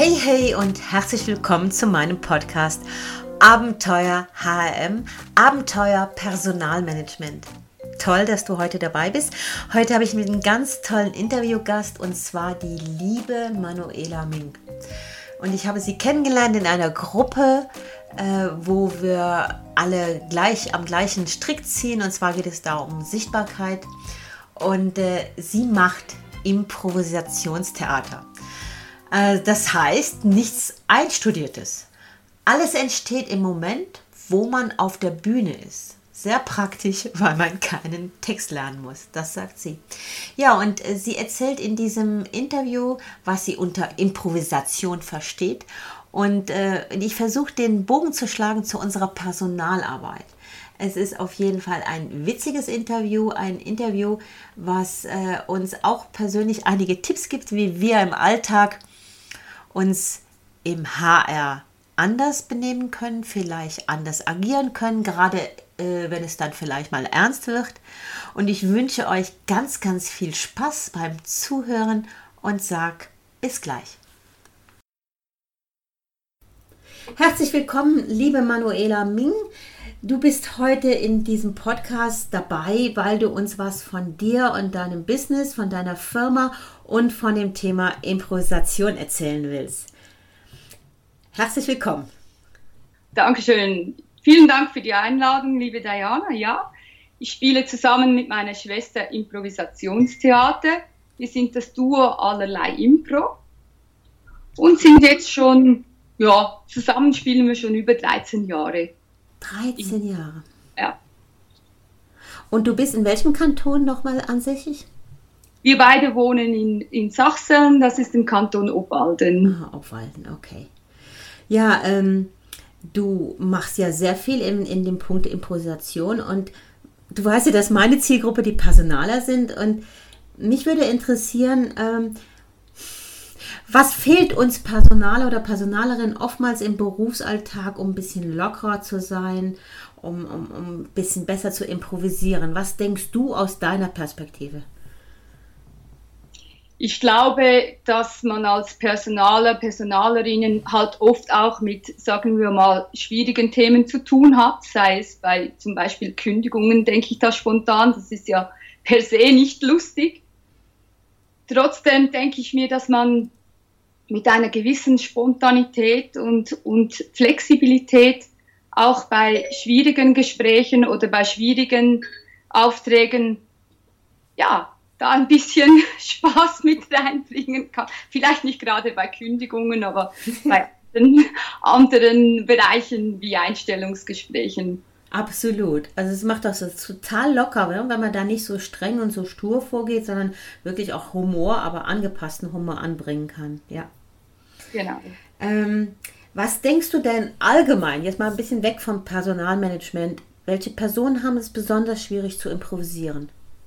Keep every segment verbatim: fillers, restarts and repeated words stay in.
Hey, hey und herzlich willkommen zu meinem Podcast Abenteuer H R M, Abenteuer Personalmanagement. Toll, dass du heute dabei bist. Heute habe ich mit einem ganz tollen Interviewgast und zwar die liebe Manuela Ming. Und ich habe sie kennengelernt in einer Gruppe, äh, wo wir alle gleich am gleichen Strick ziehen. Und zwar geht es da um Sichtbarkeit. Und äh, sie macht Improvisationstheater. Äh, das heißt, nichts Einstudiertes. Alles entsteht im Moment, wo man auf der Bühne ist. Sehr praktisch, weil man keinen Text lernen muss. Das sagt sie. Ja, und äh, sie erzählt in diesem Interview, was sie unter Improvisation versteht. Und äh, ich versuche, den Bogen zu schlagen zu unserer Personalarbeit. Es ist auf jeden Fall ein witziges Interview, ein Interview, was äh, uns auch persönlich einige Tipps gibt, wie wir im Alltag uns im H R anders benehmen können, vielleicht anders agieren können, gerade äh, wenn es dann vielleicht mal ernst wird. Und ich wünsche euch ganz, ganz viel Spaß beim Zuhören und sag bis gleich. Herzlich willkommen, liebe Manuela Ming. Du bist heute in diesem Podcast dabei, weil du uns was von dir und deinem Business, von deiner Firma und von dem Thema Improvisation erzählen willst. Herzlich willkommen. Dankeschön. Vielen Dank für die Einladung, liebe Diana. Ja, ich spiele zusammen mit meiner Schwester Improvisationstheater. Wir sind das Duo Allerlei Impro und sind jetzt schon, ja, zusammen spielen wir schon über dreizehn Jahre. dreizehn Jahre. Ja. Und du bist in welchem Kanton nochmal ansässig? Wir beide wohnen in, in Sachsen, das ist im Kanton Obwalden. Ah, Obwalden, okay. Ja, ähm, du machst ja sehr viel in, in dem Punkt Improvisation und du weißt ja, dass meine Zielgruppe die Personaler sind und mich würde interessieren, ähm, was fehlt uns Personaler oder Personalerinnen oftmals im Berufsalltag, um ein bisschen lockerer zu sein, um, um, um ein bisschen besser zu improvisieren? Was denkst du aus deiner Perspektive? Ich glaube, dass man als Personaler, Personalerinnen halt oft auch mit, sagen wir mal, schwierigen Themen zu tun hat, sei es bei zum Beispiel Kündigungen, denke ich da spontan, das ist ja per se nicht lustig. Trotzdem denke ich mir, dass man mit einer gewissen Spontanität und, und Flexibilität auch bei schwierigen Gesprächen oder bei schwierigen Aufträgen, ja, da ein bisschen Spaß mit reinbringen kann. Vielleicht nicht gerade bei Kündigungen, aber bei den anderen Bereichen wie Einstellungsgesprächen. Absolut. Also es macht das total locker, wenn man da nicht so streng und so stur vorgeht, sondern wirklich auch Humor, aber angepassten Humor anbringen kann. Ja. Genau. Ähm, was denkst du denn allgemein, jetzt mal ein bisschen weg vom Personalmanagement, welche Personen haben es besonders schwierig zu improvisieren?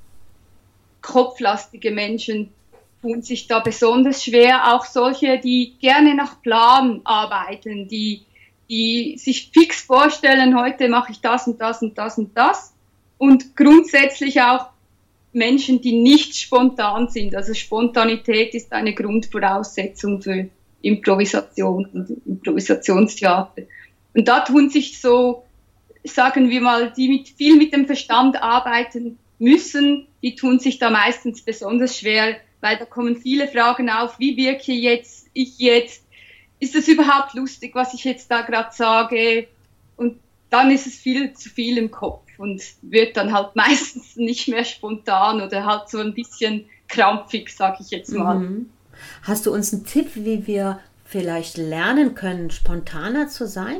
Kopflastige Menschen tun sich da besonders schwer, auch solche, die gerne nach Plan arbeiten, die, die sich fix vorstellen, heute mache ich das und das und das und das und grundsätzlich auch Menschen, die nicht spontan sind. Also Spontanität ist eine Grundvoraussetzung für Improvisation und Improvisationstheater. Und da tun sich so, sagen wir mal, die mit viel mit dem Verstand arbeiten müssen, die tun sich da meistens besonders schwer, weil da kommen viele Fragen auf, wie wirke jetzt, ich jetzt, ist es überhaupt lustig, was ich jetzt da gerade sage? Und dann ist es viel zu viel im Kopf und wird dann halt meistens nicht mehr spontan oder halt so ein bisschen krampfig, sage ich jetzt mal. Mhm. Hast du uns einen Tipp, wie wir vielleicht lernen können, spontaner zu sein?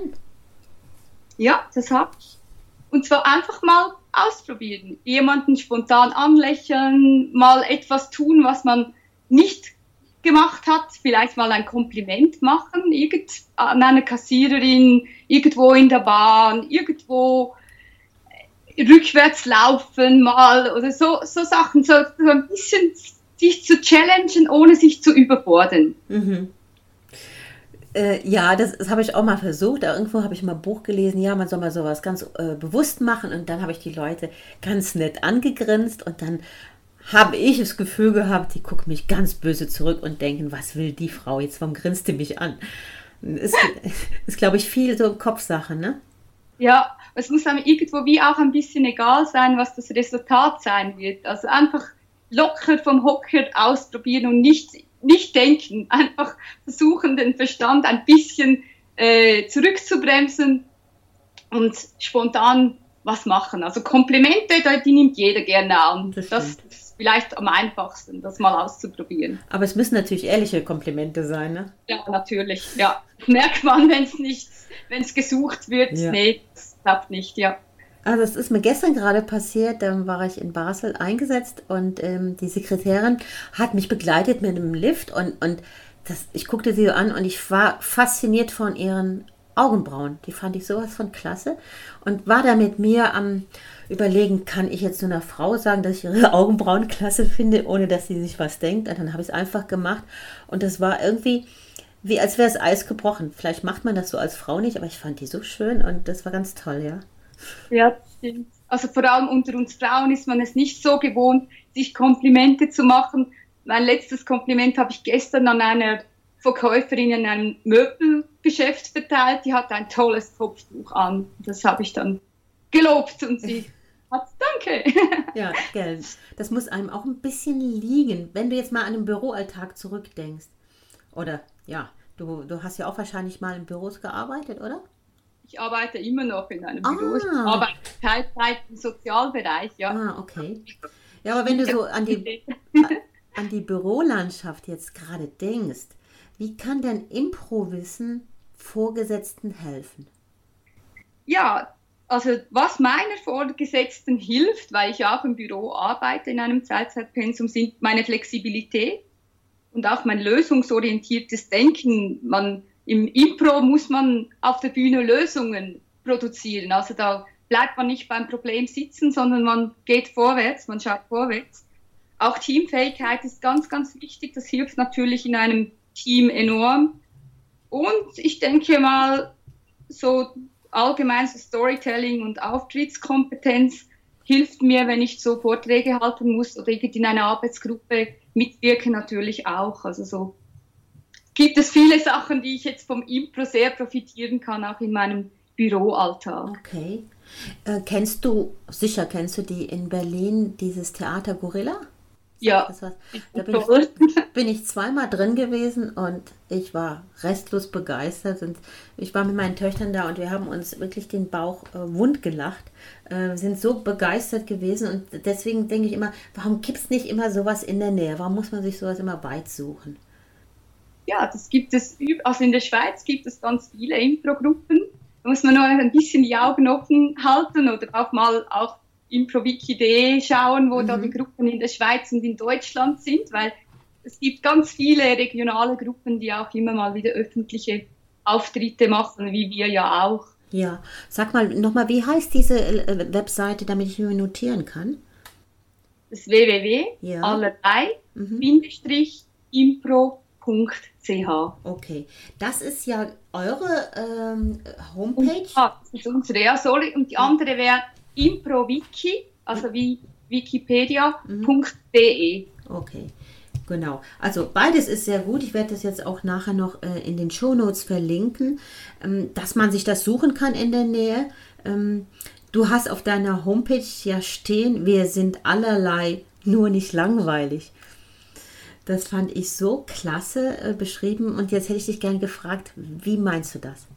Ja, das habe ich. Und zwar einfach mal ausprobieren. Jemanden spontan anlächeln, mal etwas tun, was man nicht gemacht hat. Vielleicht mal ein Kompliment machen, irgend an einer Kassiererin, irgendwo in der Bahn, irgendwo rückwärts laufen mal oder so, so Sachen. So, so ein bisschen sich zu challengen, ohne sich zu überfordern. Mhm. Äh, ja, das, das habe ich auch mal versucht. Da irgendwo habe ich mal ein Buch gelesen, ja, man soll mal sowas ganz äh, bewusst machen. Und dann habe ich die Leute ganz nett angegrinst und dann habe ich das Gefühl gehabt, die gucken mich ganz böse zurück und denken, was will die Frau jetzt, warum grinst die mich an? Ist, ist glaube ich, viel so Kopfsache, ne? Ja, es muss einem irgendwo wie auch ein bisschen egal sein, was das Resultat sein wird. Also einfach locker vom Hocker ausprobieren und nicht, nicht denken. Einfach versuchen, den Verstand ein bisschen äh, zurückzubremsen und spontan was machen. Also Komplimente, die nimmt jeder gerne an. Das, das ist vielleicht am einfachsten, das mal auszuprobieren. Aber es müssen natürlich ehrliche Komplimente sein, ne? Ja, natürlich. Ja, merkt man, wenn es nicht, wenn es gesucht wird. Ja. Nee, das klappt nicht, ja. Also es ist mir gestern gerade passiert, dann war ich in Basel eingesetzt und ähm, die Sekretärin hat mich begleitet mit einem Lift und, und das, ich guckte sie so an und ich war fasziniert von ihren Augenbrauen. Die fand ich sowas von klasse und war da mit mir am Überlegen, kann ich jetzt nur einer Frau sagen, dass ich ihre Augenbrauen klasse finde, ohne dass sie sich was denkt. Und dann habe ich es einfach gemacht und das war irgendwie wie als wäre das Eis gebrochen. Vielleicht macht man das so als Frau nicht, aber ich fand die so schön und das war ganz toll, ja. Ja, das stimmt. Also vor allem unter uns Frauen ist man es nicht so gewohnt, sich Komplimente zu machen. Mein letztes Kompliment habe ich gestern an einer Verkäuferin in einem Möbelgeschäft verteilt. Die hatte ein tolles Kopftuch an. Das habe ich dann gelobt und sie hat danke. Ja, gell. Das muss einem auch ein bisschen liegen, wenn du jetzt mal an den Büroalltag zurückdenkst. Oder, ja, du, du hast ja auch wahrscheinlich mal in Büros gearbeitet, oder? Ich arbeite immer noch in einem ah. Büro. Ich arbeite Teilzeit im Sozialbereich, ja. Ah, okay. Ja, aber wenn du so an die, an die Bürolandschaft jetzt gerade denkst, wie kann denn Improwissen Vorgesetzten helfen? Ja, also was meiner Vorgesetzten hilft, weil ich auch im Büro arbeite in einem Teilzeitpensum, sind meine Flexibilität und auch mein lösungsorientiertes Denken. Man Im Impro muss man auf der Bühne Lösungen produzieren. Also da bleibt man nicht beim Problem sitzen, sondern man geht vorwärts, man schaut vorwärts. Auch Teamfähigkeit ist ganz, ganz wichtig. Das hilft natürlich in einem Team enorm. Und ich denke mal, so allgemein so Storytelling und Auftrittskompetenz hilft mir, wenn ich so Vorträge halten muss oder in einer Arbeitsgruppe mitwirken natürlich auch. Also so gibt es viele Sachen, die ich jetzt vom Impro sehr profitieren kann, auch in meinem Büroalltag. Okay. Äh, kennst du, sicher kennst du die in Berlin, dieses Theater Gorilla? Ja. Da bin ich, bin ich zweimal drin gewesen und ich war restlos begeistert. Und ich war mit meinen Töchtern da und wir haben uns wirklich den Bauch äh, wund gelacht. Äh, sind so begeistert gewesen und deswegen denke ich immer, warum gibt es nicht immer sowas in der Nähe? Warum muss man sich sowas immer weit suchen? Ja, das gibt es, also in der Schweiz gibt es ganz viele Impro-Gruppen. Da muss man nur ein bisschen die Augen offen halten oder auch mal auch Impro-Wiki punkt de schauen, wo mhm. da die Gruppen in der Schweiz und in Deutschland sind, weil es gibt ganz viele regionale Gruppen, die auch immer mal wieder öffentliche Auftritte machen, wie wir ja auch. Ja, sag mal nochmal, wie heißt diese äh, Webseite, damit ich mir notieren kann? Das w w w punkt allerlei Bindestrich impro punkt c h. Okay, das ist ja eure ähm, Homepage. Und, ah, das ist unsere, ja, sorry. Und die andere wäre ImproWiki, also wie wikipedia punkt de. Okay, genau. Also beides ist sehr gut. Ich werde das jetzt auch nachher noch äh, in den Shownotes verlinken, ähm, dass man sich das suchen kann in der Nähe. Ähm, du hast auf deiner Homepage ja stehen, wir sind allerlei, nur nicht langweilig. Das fand ich so klasse äh, beschrieben und jetzt hätte ich dich gerne gefragt, wie meinst du das?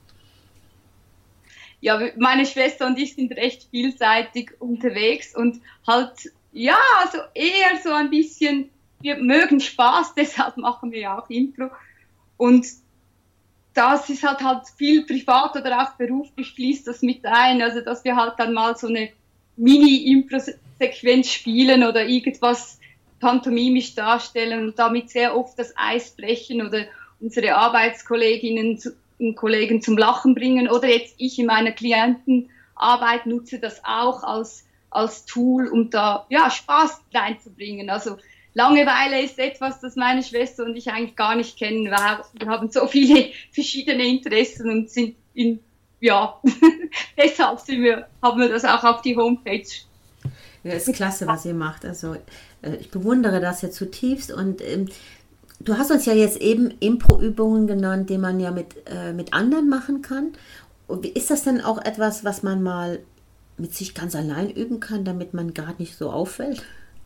Ja, meine Schwester und ich sind recht vielseitig unterwegs und halt, ja, also eher so ein bisschen, wir mögen Spaß, deshalb machen wir ja auch Impro. Und das ist halt halt viel privat oder auch beruflich fließt das mit ein, also dass wir halt dann mal so eine Mini-Impro-Sequenz spielen oder irgendwas pantomimisch darstellen und damit sehr oft das Eis brechen oder unsere Arbeitskolleginnen zu und Kollegen zum Lachen bringen oder jetzt ich in meiner Klientenarbeit nutze das auch als, als Tool, um da ja, Spaß reinzubringen. Also Langeweile ist etwas, das meine Schwester und ich eigentlich gar nicht kennen. Wir haben so viele verschiedene Interessen und sind in, ja, deshalb sind wir, haben wir das auch auf die Homepage. Ja, ist klasse, was ihr macht. Also äh, ich bewundere das ja zutiefst und ähm, du hast uns ja jetzt eben Impro-Übungen genannt, die man ja mit, äh, mit anderen machen kann. Und ist das denn auch etwas, was man mal mit sich ganz allein üben kann, damit man gerade nicht so auffällt?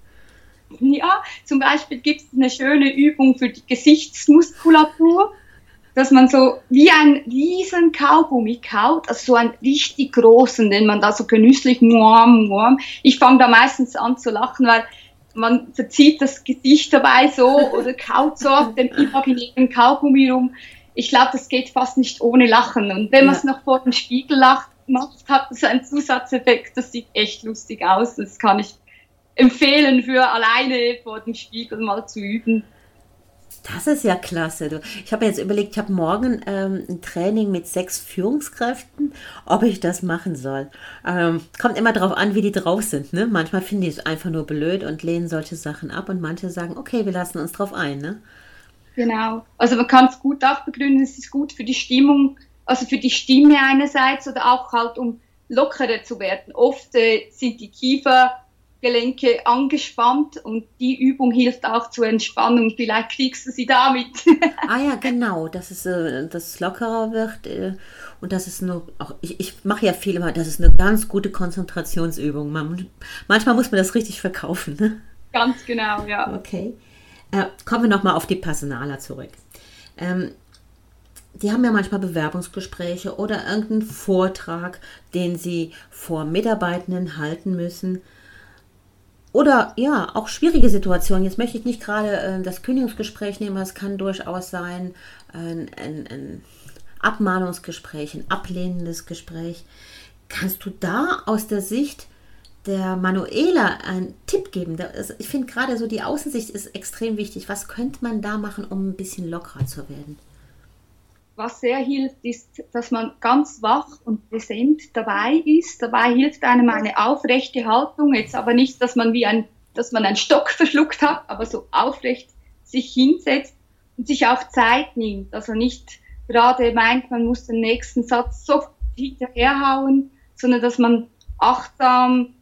Ja, zum Beispiel gibt es eine schöne Übung für die Gesichtsmuskulatur, dass man so wie ein riesen Kaugummi kaut, also so einen richtig großen, den man da so genüsslich muam, muam. Ich fange da meistens an zu lachen, weil man verzieht das Gesicht dabei so oder kaut so auf dem imaginären Kaugummi rum. Ich glaube, das geht fast nicht ohne Lachen. Und wenn man es ja. noch vor dem Spiegel lacht, macht, hat es einen Zusatzeffekt, das sieht echt lustig aus. Das kann ich empfehlen, für alleine vor dem Spiegel mal zu üben. Das ist ja klasse. Du. Ich habe jetzt überlegt, ich habe morgen ähm, ein Training mit sechs Führungskräften, ob ich das machen soll. Ähm, kommt immer darauf an, wie die drauf sind. Ne? Manchmal finden die es einfach nur blöd und lehnen solche Sachen ab und manche sagen, okay, wir lassen uns drauf ein. Ne? Genau. Also man kann es gut auch begründen, es ist gut für die Stimmung, also für die Stimme einerseits oder auch halt, um lockerer zu werden. Oft äh, sind die Kiefergelenke angespannt und die Übung hilft auch zur Entspannung. Vielleicht kriegst du sie damit. Ah ja, genau, dass es, äh, dass es lockerer wird äh, und das ist nur, auch ich, ich mache ja viel immer, das ist eine ganz gute Konzentrationsübung. Man, manchmal muss man das richtig verkaufen. Ne? Ganz genau, ja. Okay. Äh, kommen wir nochmal auf die Personaler zurück. Ähm, die haben ja manchmal Bewerbungsgespräche oder irgendeinen Vortrag, den sie vor Mitarbeitenden halten müssen. Oder ja, auch schwierige Situationen. Jetzt möchte ich nicht gerade äh, das Kündigungsgespräch nehmen, aber es kann durchaus sein, ein, ein, ein Abmahnungsgespräch, ein ablehnendes Gespräch. Kannst du da aus der Sicht der Manuela einen Tipp geben? Ich finde gerade so, die Außensicht ist extrem wichtig. Was könnte man da machen, um ein bisschen lockerer zu werden? Was sehr hilft, ist, dass man ganz wach und präsent dabei ist. Dabei hilft einem eine aufrechte Haltung. Jetzt aber nicht, dass man wie ein, dass man einen Stock verschluckt hat, aber so aufrecht sich hinsetzt und sich auch Zeit nimmt. Also nicht gerade meint, man muss den nächsten Satz so hinterherhauen, sondern dass man achtsam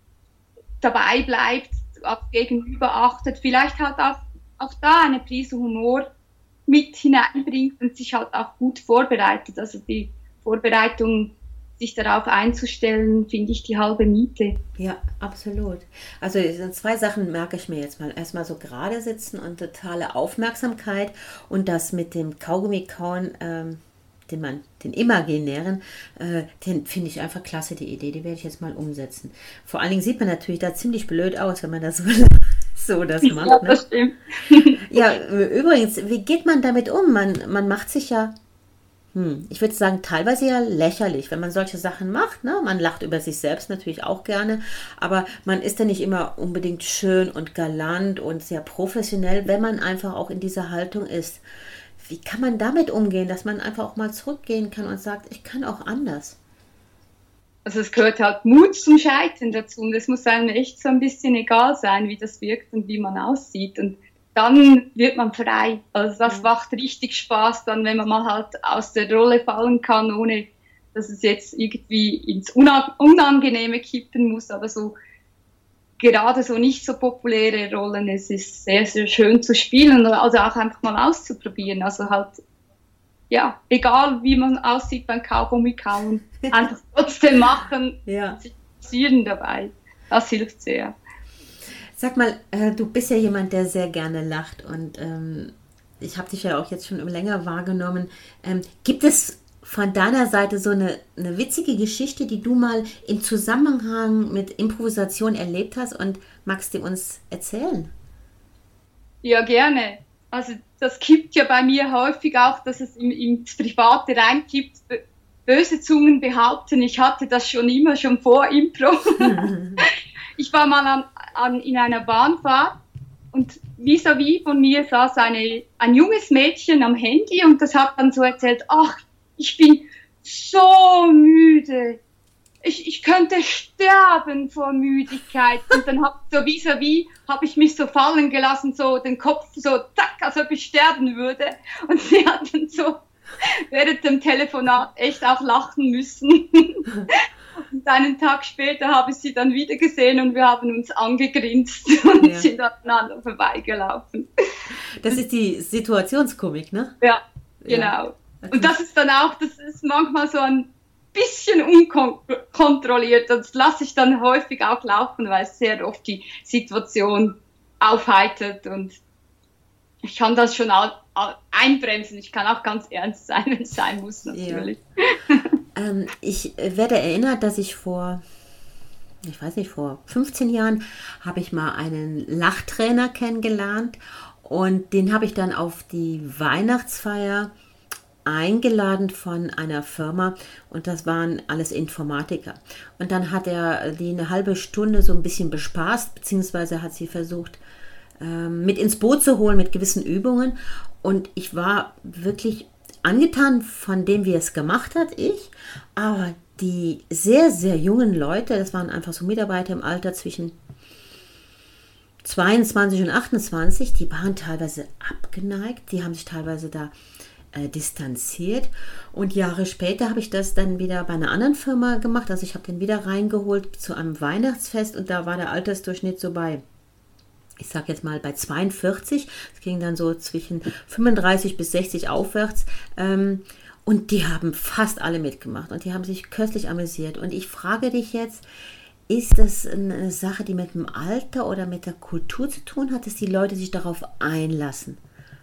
dabei bleibt, auf Gegenüber achtet, vielleicht halt auch, auch da eine Prise Humor mit hineinbringt und sich halt auch gut vorbereitet. Also die Vorbereitung, sich darauf einzustellen, finde ich die halbe Miete. Ja, absolut. Also zwei Sachen merke ich mir jetzt mal. Erstmal so gerade sitzen und totale Aufmerksamkeit und das mit dem Kaugummi kauen, ähm, den man, den imaginären, äh, den finde ich einfach klasse, die Idee, die werde ich jetzt mal umsetzen. Vor allen Dingen sieht man natürlich da ziemlich blöd aus, wenn man das so, so das macht. Ja, das stimmt. Ja, übrigens, wie geht man damit um? Man, man macht sich ja, hm, ich würde sagen, teilweise ja lächerlich, wenn man solche Sachen macht. Ne? Man lacht über sich selbst natürlich auch gerne, aber man ist ja nicht immer unbedingt schön und galant und sehr professionell, wenn man einfach auch in dieser Haltung ist. Wie kann man damit umgehen, dass man einfach auch mal zurückgehen kann und sagt, ich kann auch anders? Also es gehört halt Mut zum Scheitern dazu und es muss einem echt so ein bisschen egal sein, wie das wirkt und wie man aussieht und dann wird man frei. Also das ja. macht richtig Spaß dann, wenn man mal halt aus der Rolle fallen kann, ohne dass es jetzt irgendwie ins Unangenehme kippen muss, aber so gerade so nicht so populäre Rollen, es ist sehr, sehr schön zu spielen, also auch einfach mal auszuprobieren. Also halt, ja, egal wie man aussieht beim Kaugummi kauen, einfach trotzdem machen, ja. sich passieren dabei. Das hilft sehr. Sag mal, äh, du bist ja jemand, der sehr gerne lacht und ähm, ich habe dich ja auch jetzt schon länger wahrgenommen. Ähm, gibt es von deiner Seite so eine, eine witzige Geschichte, die du mal im Zusammenhang mit Improvisation erlebt hast und magst du uns erzählen? Ja, gerne. Also das kippt ja bei mir häufig auch, dass es im, ins Private reinkippt. Böse Zungen behaupten, ich hatte das schon immer, schon vor Impro. Ich war mal an, an, in einer Bahnfahrt und vis-à-vis von mir saß eine, ein junges Mädchen am Handy und das hat dann so erzählt, ach, ich bin so müde. Ich, ich könnte sterben vor Müdigkeit. Und dann hab so vis-à-vis habe ich mich so fallen gelassen, so den Kopf so zack, als ob ich sterben würde. Und sie hat dann so während dem Telefonat echt auch lachen müssen. Und einen Tag später habe ich sie dann wieder gesehen und wir haben uns angegrinst und ja. sind aneinander vorbeigelaufen. Das ist die Situationskomik, ne? Ja, genau. Ja. Okay. Und das ist dann auch, das ist manchmal so ein bisschen unkontrolliert. Das lasse ich dann häufig auch laufen, weil es sehr oft die Situation aufheitert und ich kann das schon auch einbremsen. Ich kann auch ganz ernst sein, wenn es sein muss, natürlich. Ja. ähm, ich werde erinnert, dass ich vor, ich weiß nicht, vor fünfzehn Jahren habe ich mal einen Lachtrainer kennengelernt und den habe ich dann auf die Weihnachtsfeier eingeladen von einer Firma und das waren alles Informatiker. Und dann hat er die eine halbe Stunde so ein bisschen bespaßt, beziehungsweise hat sie versucht, mit ins Boot zu holen mit gewissen Übungen und ich war wirklich angetan von dem, wie er es gemacht hat, ich, aber die sehr, sehr jungen Leute, das waren einfach so Mitarbeiter im Alter zwischen zweiundzwanzig und achtundzwanzig, die waren teilweise abgeneigt, die haben sich teilweise da äh, distanziert und Jahre später habe ich das dann wieder bei einer anderen Firma gemacht, also ich habe den wieder reingeholt zu einem Weihnachtsfest und da war der Altersdurchschnitt so bei ich sage jetzt mal bei zweiundvierzig, es ging dann so zwischen fünfunddreißig bis sechzig aufwärts ähm, und die haben fast alle mitgemacht und die haben sich köstlich amüsiert und ich frage dich jetzt, ist das eine Sache, die mit dem Alter oder mit der Kultur zu tun hat, dass die Leute sich darauf einlassen?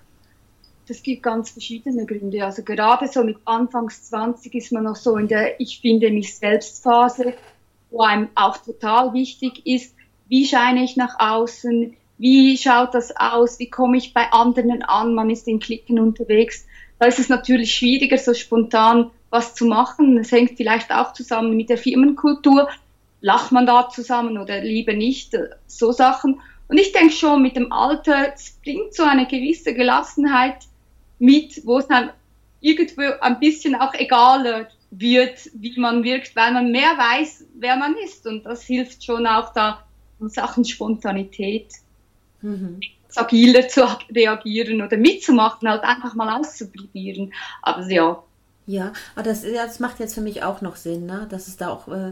Das gibt ganz verschiedene Gründe, also gerade so mit Anfangs zwanzig ist man noch so in der Ich finde mich selbst Phase, wo einem auch total wichtig ist, wie scheine ich nach außen, wie schaut das aus? Wie komme ich bei anderen an? Man ist in Cliquen unterwegs. Da ist es natürlich schwieriger, so spontan was zu machen. Es hängt vielleicht auch zusammen mit der Firmenkultur. Lacht man da zusammen oder lieber nicht? So Sachen. Und ich denke schon, mit dem Alter, es bringt so eine gewisse Gelassenheit mit, wo es dann irgendwo ein bisschen auch egaler wird, wie man wirkt, weil man mehr weiß, wer man ist. Und das hilft schon auch da in Sachen Spontanität. Mhm. Agiler zu reagieren oder mitzumachen, halt einfach mal auszuprobieren. Aber ja. Ja, aber das, das macht jetzt für mich auch noch Sinn, ne? Dass es da auch, äh,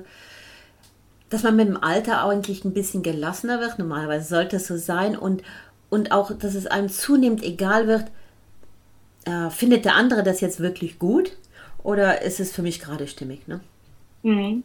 dass man mit dem Alter eigentlich ein bisschen gelassener wird. Normalerweise sollte es so sein und, und auch, dass es einem zunehmend egal wird, äh, findet der andere das jetzt wirklich gut oder ist es für mich gerade stimmig, ne? Mhm.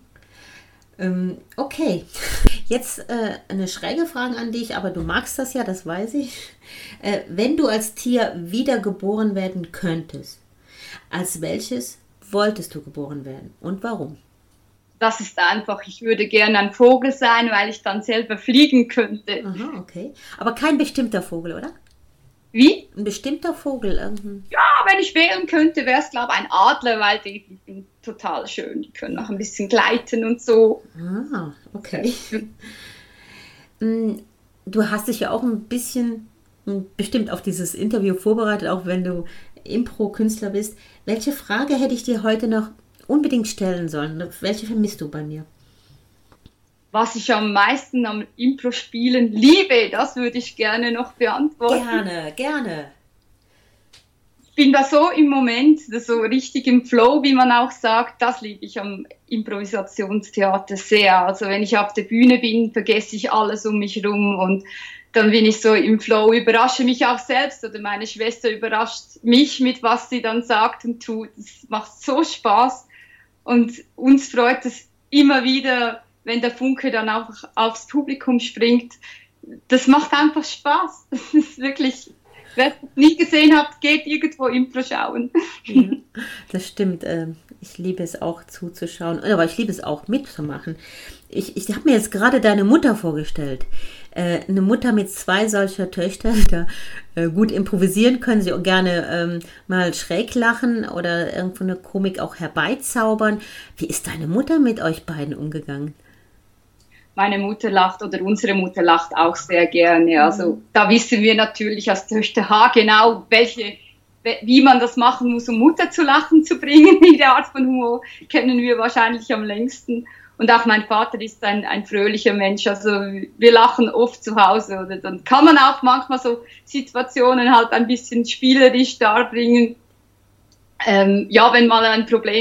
Ähm, okay. Jetzt äh, eine schräge Frage an dich, aber du magst das ja, das weiß ich. Äh, wenn du als Tier wiedergeboren werden könntest, als welches wolltest du geboren werden und warum? Das ist einfach, ich würde gerne ein Vogel sein, weil ich dann selber fliegen könnte. Aha, okay. Aber kein bestimmter Vogel, oder? Wie? Ein bestimmter Vogel. Irgendein... Ja, wenn ich wählen könnte, wäre es, glaube ich, ein Adler, weil die, die sind total schön. Die können auch ein bisschen gleiten und so. Ah, okay. Du hast dich ja auch ein bisschen bestimmt auf dieses Interview vorbereitet, auch wenn du Impro-Künstler bist. Welche Frage hätte ich dir heute noch unbedingt stellen sollen? Welche vermisst du bei mir? Was ich am meisten am Impro-Spielen liebe, das würde ich gerne noch beantworten. Gerne, gerne. Ich bin da so im Moment, so richtig im Flow, wie man auch sagt, das liebe ich am Improvisationstheater sehr. Also wenn ich auf der Bühne bin, vergesse ich alles um mich rum und dann bin ich so im Flow, überrasche mich auch selbst oder meine Schwester überrascht mich mit, was sie dann sagt und tut. Das macht so Spaß und uns freut es immer wieder, wenn der Funke dann auch aufs Publikum springt. Das macht einfach Spaß. Das ist wirklich, wer es nicht gesehen hat, geht irgendwo Impro schauen. Ja, das stimmt. Ich liebe es auch zuzuschauen, aber ich liebe es auch mitzumachen. Ich, ich habe mir jetzt gerade deine Mutter vorgestellt. Eine Mutter mit zwei solcher Töchtern, die da gut improvisieren können, sie auch gerne ähm, mal schräg lachen oder irgendwo eine Komik auch herbeizaubern. Wie ist deine Mutter mit euch beiden umgegangen? Meine Mutter lacht oder unsere Mutter lacht auch sehr gerne. Also da wissen wir natürlich als Töchter haargenau, welche, wie man das machen muss, um Mutter zu lachen zu bringen. Die Art von Humor kennen wir wahrscheinlich am längsten. Und auch mein Vater ist ein, ein fröhlicher Mensch. Also wir lachen oft zu Hause. Oder dann kann man auch manchmal so Situationen halt ein bisschen spielerisch darbringen. Ähm, ja, wenn mal ein Problem ist,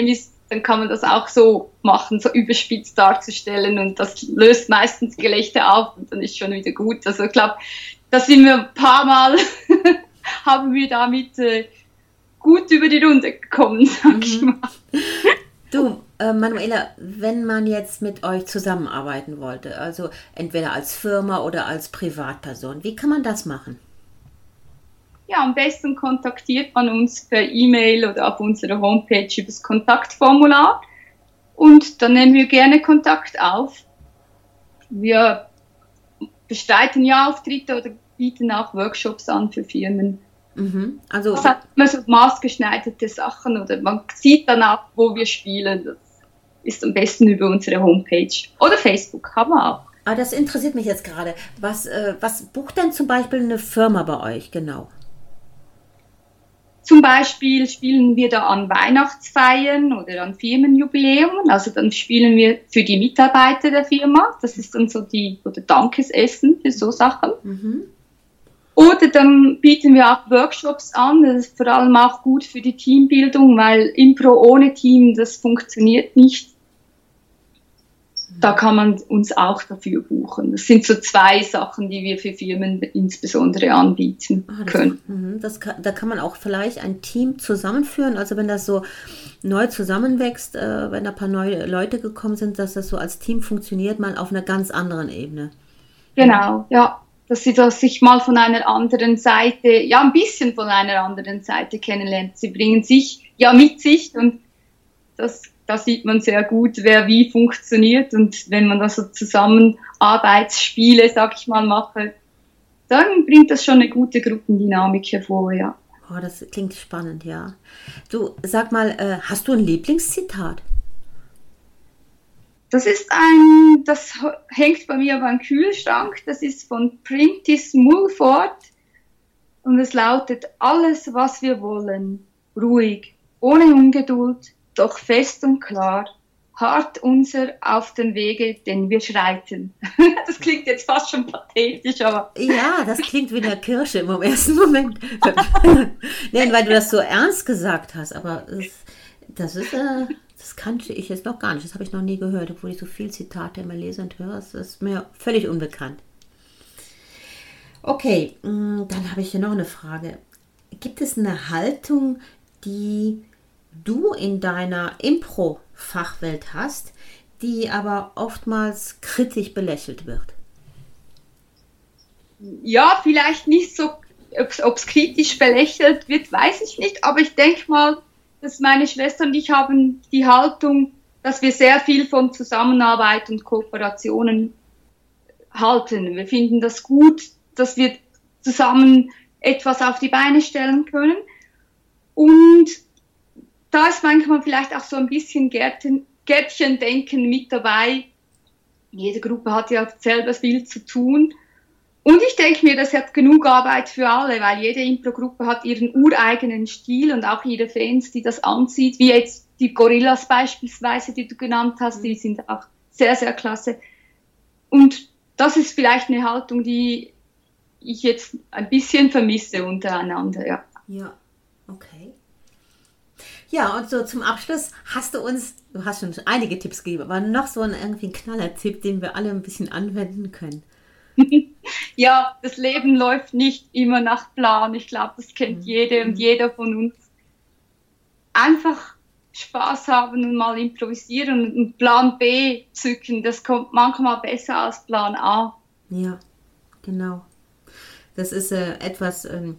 dann kann man das auch so machen, so überspitzt darzustellen und das löst meistens Gelächter auf und dann ist schon wieder gut. Also ich glaube, da sind wir ein paar Mal, haben wir damit äh, gut über die Runde gekommen, sag mhm. ich mal. Du, äh, Manuela, wenn man jetzt mit euch zusammenarbeiten wollte, also entweder als Firma oder als Privatperson, wie kann man das machen? Ja, am besten kontaktiert man uns per E-Mail oder auf unserer Homepage über das Kontaktformular und dann nehmen wir gerne Kontakt auf. Wir bestreiten ja Auftritte oder bieten auch Workshops an für Firmen. Mhm. Also das hat immer so maßgeschneiderte Sachen oder man sieht dann auch, wo wir spielen. Das ist am besten über unsere Homepage oder Facebook, haben wir auch. Aber das interessiert mich jetzt gerade. Was, äh, was bucht denn zum Beispiel eine Firma bei euch genau? Zum Beispiel spielen wir da an Weihnachtsfeiern oder an Firmenjubiläumen. Also dann spielen wir für die Mitarbeiter der Firma. Das ist dann so die, oder Dankesessen für so Sachen. Mhm. Oder dann bieten wir auch Workshops an. Das ist vor allem auch gut für die Teambildung, weil Impro ohne Team, das funktioniert nicht. Da kann man uns auch dafür buchen. Das sind so zwei Sachen, die wir für Firmen insbesondere anbieten ah, das, können. Das kann, da kann man auch vielleicht ein Team zusammenführen. Also wenn das so neu zusammenwächst, äh, wenn da ein paar neue Leute gekommen sind, dass das so als Team funktioniert, mal auf einer ganz anderen Ebene. Genau, ja. Dass sie das sich mal von einer anderen Seite, ja ein bisschen von einer anderen Seite kennenlernt. Sie bringen sich ja mit sich und das Da sieht man sehr gut, wer wie funktioniert. Und wenn man da so Zusammenarbeitsspiele, sag ich mal, macht, dann bringt das schon eine gute Gruppendynamik hervor, ja. Oh, das klingt spannend, ja. Du, sag mal, äh, hast du ein Lieblingszitat? Das ist ein, das hängt bei mir beim Kühlschrank. Das ist von Prentice Mulford. Und es lautet, alles, was wir wollen, ruhig, ohne Ungeduld, doch fest und klar, hart unser auf den Wege, den wir schreiten. Das klingt jetzt fast schon pathetisch, aber... Ja, das klingt wie eine Kirsche im ersten Moment. Nein, weil du das so ernst gesagt hast, aber das, das ist, äh, das kannte ich jetzt noch gar nicht. Das habe ich noch nie gehört, obwohl ich so viele Zitate immer lese und höre. Das ist mir völlig unbekannt. Okay, dann habe ich hier noch eine Frage. Gibt es eine Haltung, die du in deiner Impro-Fachwelt hast, die aber oftmals kritisch belächelt wird? Ja, vielleicht nicht so, ob es kritisch belächelt wird, weiß ich nicht, aber ich denke mal, dass meine Schwester und ich haben die Haltung, dass wir sehr viel von Zusammenarbeit und Kooperationen halten. Wir finden das gut, dass wir zusammen etwas auf die Beine stellen können. Und da ist manchmal vielleicht auch so ein bisschen Gärten, Gärtchendenken mit dabei. Jede Gruppe hat ja selber viel zu tun. Und ich denke mir, das hat genug Arbeit für alle, weil jede Impro-Gruppe hat ihren ureigenen Stil und auch ihre Fans, die das anzieht, wie jetzt die Gorillas beispielsweise, die du genannt hast, die sind auch sehr, sehr klasse. Und das ist vielleicht eine Haltung, die ich jetzt ein bisschen vermisse untereinander, ja. Ja, okay. Ja, und so zum Abschluss hast du uns, du hast schon einige Tipps gegeben, aber noch so einen irgendwie einen Knallertipp, den wir alle ein bisschen anwenden können. Ja, das Leben läuft nicht immer nach Plan. Ich glaube, das kennt mhm. jede und jeder von uns. Einfach Spaß haben und mal improvisieren und einen Plan B zücken. Das kommt manchmal besser als Plan A. Ja, genau. Das ist äh, etwas, ähm,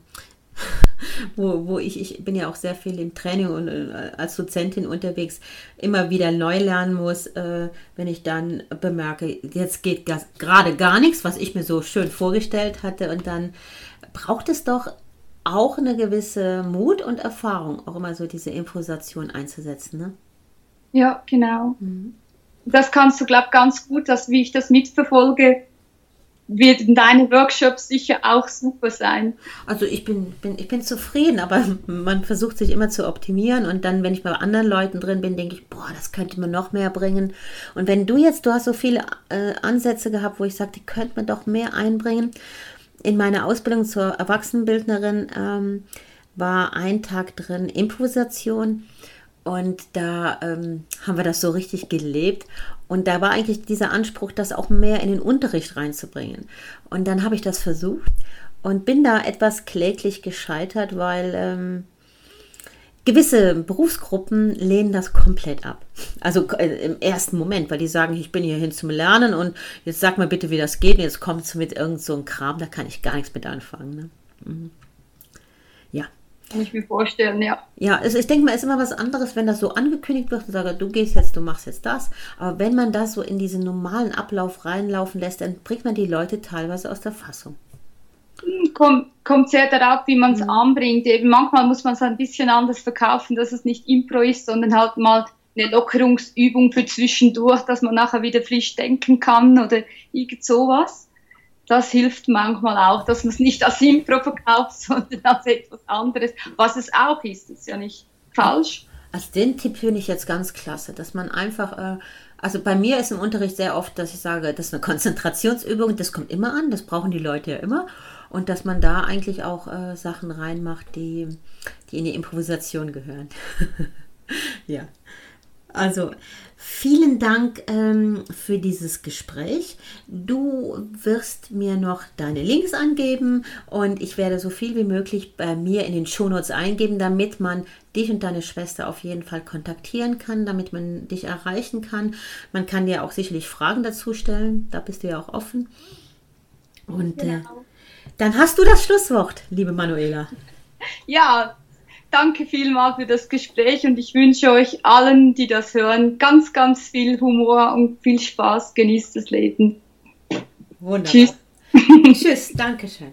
wo, wo ich, ich bin ja auch sehr viel im Training und äh, als Dozentin unterwegs, immer wieder neu lernen muss, äh, wenn ich dann bemerke, jetzt geht gerade gar nichts, was ich mir so schön vorgestellt hatte, und dann braucht es doch auch eine gewisse Mut und Erfahrung, auch immer so diese Improvisation einzusetzen, ne? Ja, genau. Mhm. Das kannst du, glaube ich, ganz gut, dass, wie ich das mitverfolge, wird in deinen Workshops sicher auch super sein. Also ich bin, bin, ich bin zufrieden, aber man versucht sich immer zu optimieren, und dann, wenn ich bei anderen Leuten drin bin, denke ich, boah, das könnte man noch mehr bringen. Und wenn du jetzt, du hast so viele äh, Ansätze gehabt, wo ich sage, die könnte man doch mehr einbringen. In meiner Ausbildung zur Erwachsenenbildnerin ähm, war ein Tag drin Improvisation, Und da ähm, haben wir das so richtig gelebt. Und da war eigentlich dieser Anspruch, das auch mehr in den Unterricht reinzubringen. Und dann habe ich das versucht und bin da etwas kläglich gescheitert, weil ähm, gewisse Berufsgruppen lehnen das komplett ab. Also äh, im ersten Moment, weil die sagen, ich bin hier hin zum Lernen und jetzt sag mal bitte, wie das geht. Und jetzt kommt es mit irgend so einem Kram, da kann ich gar nichts mit anfangen. Ne? Mhm. Ja. Kann ich mir vorstellen, ja. Ja, also ich denke mal, es ist immer was anderes, wenn das so angekündigt wird und sagt, du gehst jetzt, du machst jetzt das. Aber wenn man das so in diesen normalen Ablauf reinlaufen lässt, dann bringt man die Leute teilweise aus der Fassung. Kommt, kommt sehr darauf, wie man es mhm. anbringt. Eben manchmal muss man es ein bisschen anders verkaufen, dass es nicht Impro ist, sondern halt mal eine Lockerungsübung für zwischendurch, dass man nachher wieder frisch denken kann oder irgend sowas. Das hilft manchmal auch, dass man es nicht als Impro verkauft, sondern als etwas anderes, was es auch ist. Das ist ja nicht falsch. Also den Tipp finde ich jetzt ganz klasse, dass man einfach, äh, also bei mir ist im Unterricht sehr oft, dass ich sage, das ist eine Konzentrationsübung, das kommt immer an, das brauchen die Leute ja immer. Und dass man da eigentlich auch äh, Sachen reinmacht, die, die in die Improvisation gehören. Ja. Also vielen Dank ähm, für dieses Gespräch. Du wirst mir noch deine Links angeben und ich werde so viel wie möglich bei mir in den Shownotes eingeben, damit man dich und deine Schwester auf jeden Fall kontaktieren kann, damit man dich erreichen kann. Man kann dir auch sicherlich Fragen dazu stellen, da bist du ja auch offen. Und genau. äh, dann hast du das Schlusswort, liebe Manuela. Ja, danke vielmals für das Gespräch und ich wünsche euch allen, die das hören, ganz, ganz viel Humor und viel Spaß. Genießt das Leben. Wunderbar. Tschüss. Tschüss, danke schön.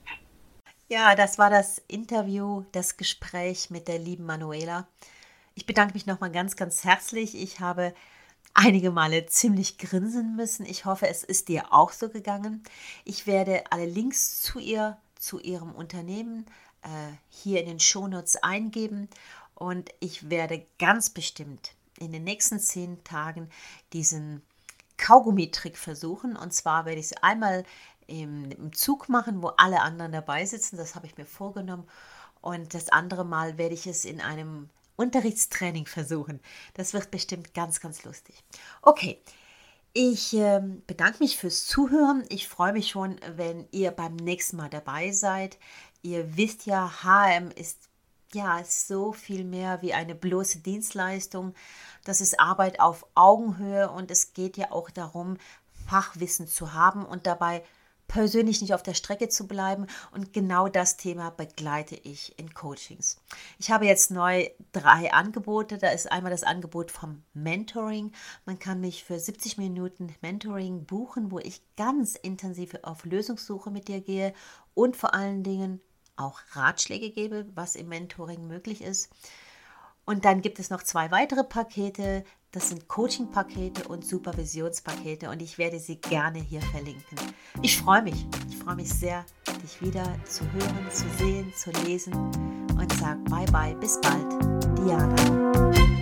Ja, das war das Interview, das Gespräch mit der lieben Manuela. Ich bedanke mich nochmal ganz, ganz herzlich. Ich habe einige Male ziemlich grinsen müssen. Ich hoffe, es ist dir auch so gegangen. Ich werde alle Links zu ihr, zu ihrem Unternehmen äh, hier in den Shownotes eingeben und ich werde ganz bestimmt in den nächsten zehn Tagen diesen Kaugummi-Trick versuchen. Und zwar werde ich es einmal im, im Zug machen, wo alle anderen dabei sitzen. Das habe ich mir vorgenommen. Und das andere Mal werde ich es in einem Unterrichtstraining versuchen. Das wird bestimmt ganz, ganz lustig. Okay, ich äh, bedanke mich fürs Zuhören. Ich freue mich schon, wenn ihr beim nächsten Mal dabei seid. Ihr wisst ja, H M ist ja so viel mehr wie eine bloße Dienstleistung. Das ist Arbeit auf Augenhöhe und es geht ja auch darum, Fachwissen zu haben und dabei persönlich nicht auf der Strecke zu bleiben, und genau das Thema begleite ich in Coachings. Ich habe jetzt neu drei Angebote. Da ist einmal das Angebot vom Mentoring. Man kann mich für siebzig Minuten Mentoring buchen, wo ich ganz intensiv auf Lösungssuche mit dir gehe und vor allen Dingen auch Ratschläge gebe, was im Mentoring möglich ist. Und dann gibt es noch zwei weitere Pakete. Das sind Coaching-Pakete und Supervisionspakete und ich werde sie gerne hier verlinken. Ich freue mich. Ich freue mich sehr, dich wieder zu hören, zu sehen, zu lesen und sage bye bye, bis bald. Diana.